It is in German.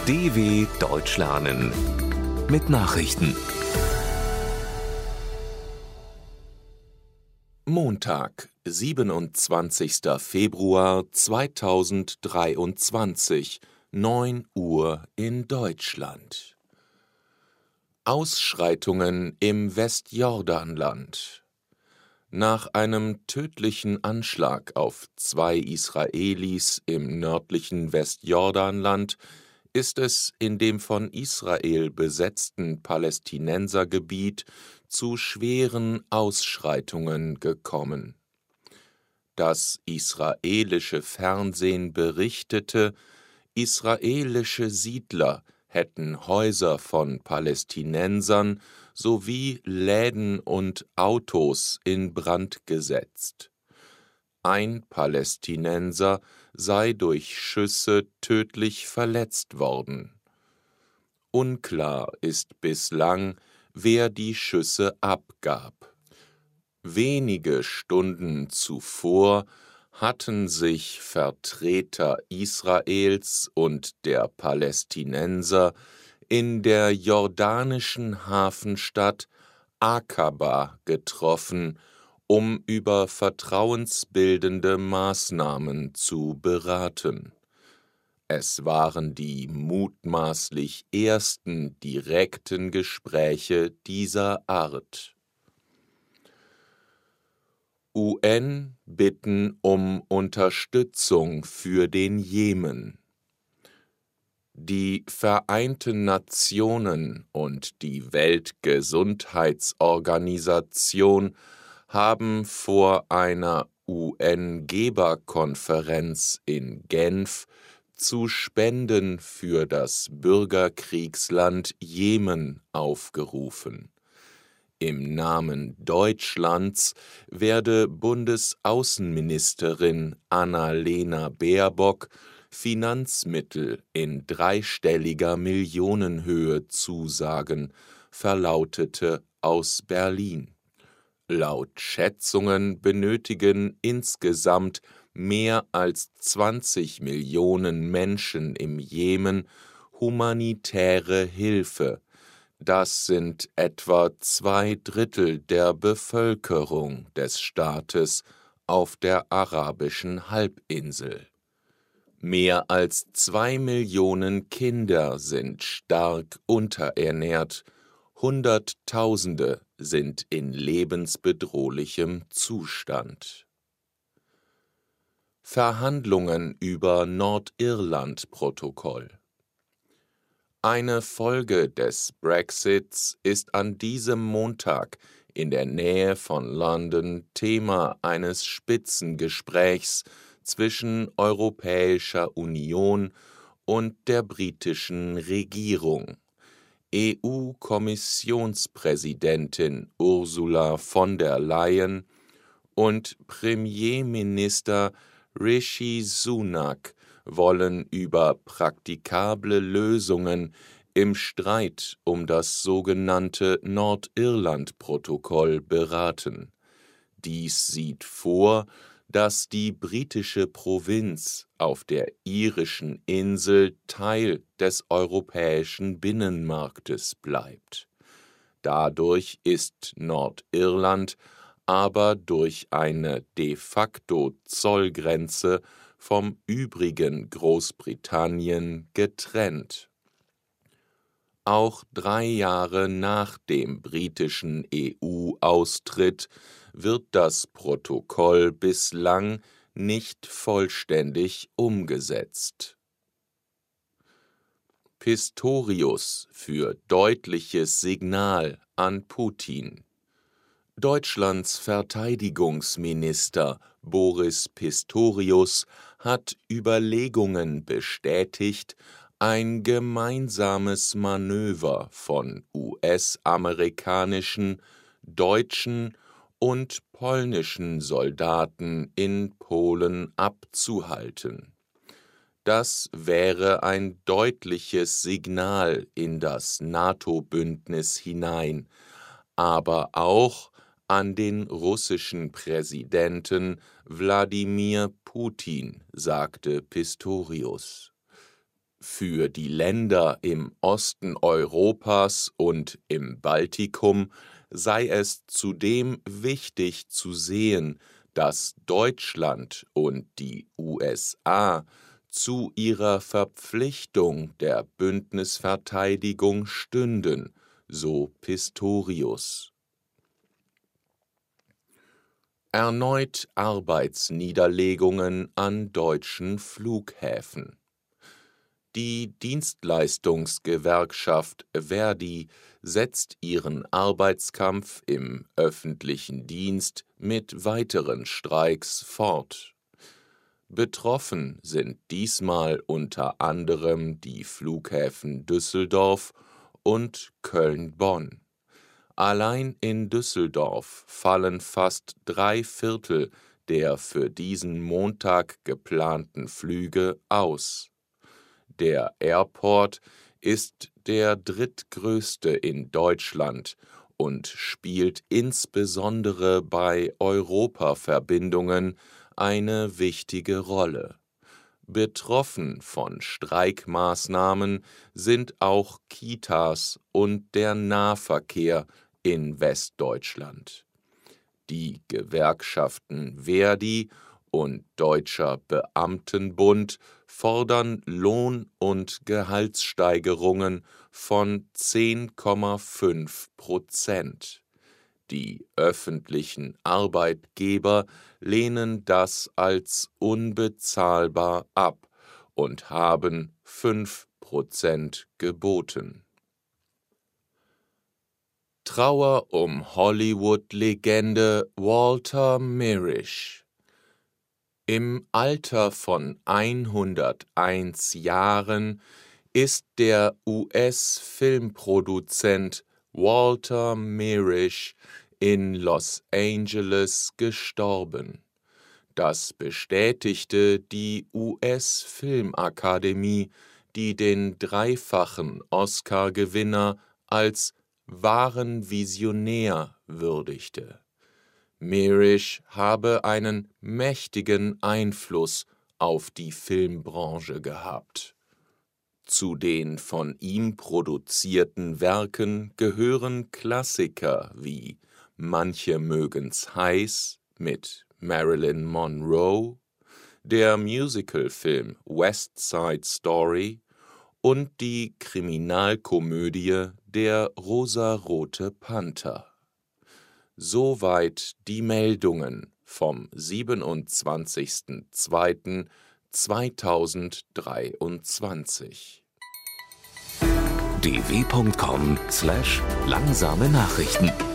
DW Deutsch lernen mit Nachrichten. Montag, 27. Februar 2023, 9 Uhr in Deutschland. Ausschreitungen im Westjordanland. Nach einem tödlichen Anschlag auf 2 Israelis im nördlichen Westjordanland ist es in dem von Israel besetzten Palästinensergebiet zu schweren Ausschreitungen gekommen. Das israelische Fernsehen berichtete, israelische Siedler hätten Häuser von Palästinensern sowie Läden und Autos in Brand gesetzt. Ein Palästinenser sei durch Schüsse tödlich verletzt worden. Unklar ist bislang, wer die Schüsse abgab. Wenige Stunden zuvor hatten sich Vertreter Israels und der Palästinenser in der jordanischen Hafenstadt Aqaba getroffen, um über vertrauensbildende Maßnahmen zu beraten. Es waren die mutmaßlich ersten direkten Gespräche dieser Art. UN bitten um Unterstützung für den Jemen. Die Vereinten Nationen und die Weltgesundheitsorganisation haben vor einer UN-Geberkonferenz in Genf zu Spenden für das Bürgerkriegsland Jemen aufgerufen. Im Namen Deutschlands werde Bundesaußenministerin Annalena Baerbock Finanzmittel in dreistelliger Millionenhöhe zusagen, verlautete aus Berlin. Laut Schätzungen benötigen insgesamt mehr als 20 Millionen Menschen im Jemen humanitäre Hilfe. Das sind etwa 2/3 der Bevölkerung des Staates auf der arabischen Halbinsel. Mehr als 2 Millionen Kinder sind stark unterernährt, Hunderttausende sind in lebensbedrohlichem Zustand. Verhandlungen über Nordirland-Protokoll. Eine Folge des Brexits ist an diesem Montag in der Nähe von London Thema eines Spitzengesprächs zwischen Europäischer Union und der britischen Regierung. EU-Kommissionspräsidentin Ursula von der Leyen und Premierminister Rishi Sunak wollen über praktikable Lösungen im Streit um das sogenannte Nordirland-Protokoll beraten. Dies sieht vor, dass die britische Provinz auf der irischen Insel Teil des europäischen Binnenmarktes bleibt. Dadurch ist Nordirland aber durch eine de facto Zollgrenze vom übrigen Großbritannien getrennt. Auch 3 Jahre nach dem britischen EU-Austritt wird das Protokoll bislang nicht vollständig umgesetzt. Pistorius für deutliches Signal an Putin. Deutschlands Verteidigungsminister Boris Pistorius hat Überlegungen bestätigt, ein gemeinsames Manöver von US-amerikanischen, deutschen und polnischen Soldaten in Polen abzuhalten. Das wäre ein deutliches Signal in das NATO-Bündnis hinein, aber auch an den russischen Präsidenten Wladimir Putin, sagte Pistorius. Für die Länder im Osten Europas und im Baltikum sei es zudem wichtig zu sehen, dass Deutschland und die USA zu ihrer Verpflichtung der Bündnisverteidigung stünden, so Pistorius. Erneut Arbeitsniederlegungen an deutschen Flughäfen. Die Dienstleistungsgewerkschaft ver.di setzt ihren Arbeitskampf im öffentlichen Dienst mit weiteren Streiks fort. Betroffen sind diesmal unter anderem die Flughäfen Düsseldorf und Köln-Bonn. Allein in Düsseldorf fallen fast 3/4 der für diesen Montag geplanten Flüge aus. Der Airport ist der drittgrößte in Deutschland und spielt insbesondere bei Europaverbindungen eine wichtige Rolle. Betroffen von Streikmaßnahmen sind auch Kitas und der Nahverkehr in Westdeutschland. Die Gewerkschaften ver.di und Deutscher Beamtenbund fordern Lohn- und Gehaltssteigerungen von 10,5%. Die öffentlichen Arbeitgeber lehnen das als unbezahlbar ab und haben 5% geboten. Trauer um Hollywood-Legende Walter Mirisch. Im Alter von 101 Jahren ist der US-Filmproduzent Walter Mirisch in Los Angeles gestorben. Das bestätigte die US-Filmakademie, die den dreifachen Oscar-Gewinner als wahren Visionär würdigte. Mirisch habe einen mächtigen Einfluss auf die Filmbranche gehabt. Zu den von ihm produzierten Werken gehören Klassiker wie Manche mögen's heiß mit Marilyn Monroe, der Musicalfilm West Side Story und die Kriminalkomödie Der rosarote Panther. Soweit die Meldungen vom 27.02.2023. dw.com/langsame Nachrichten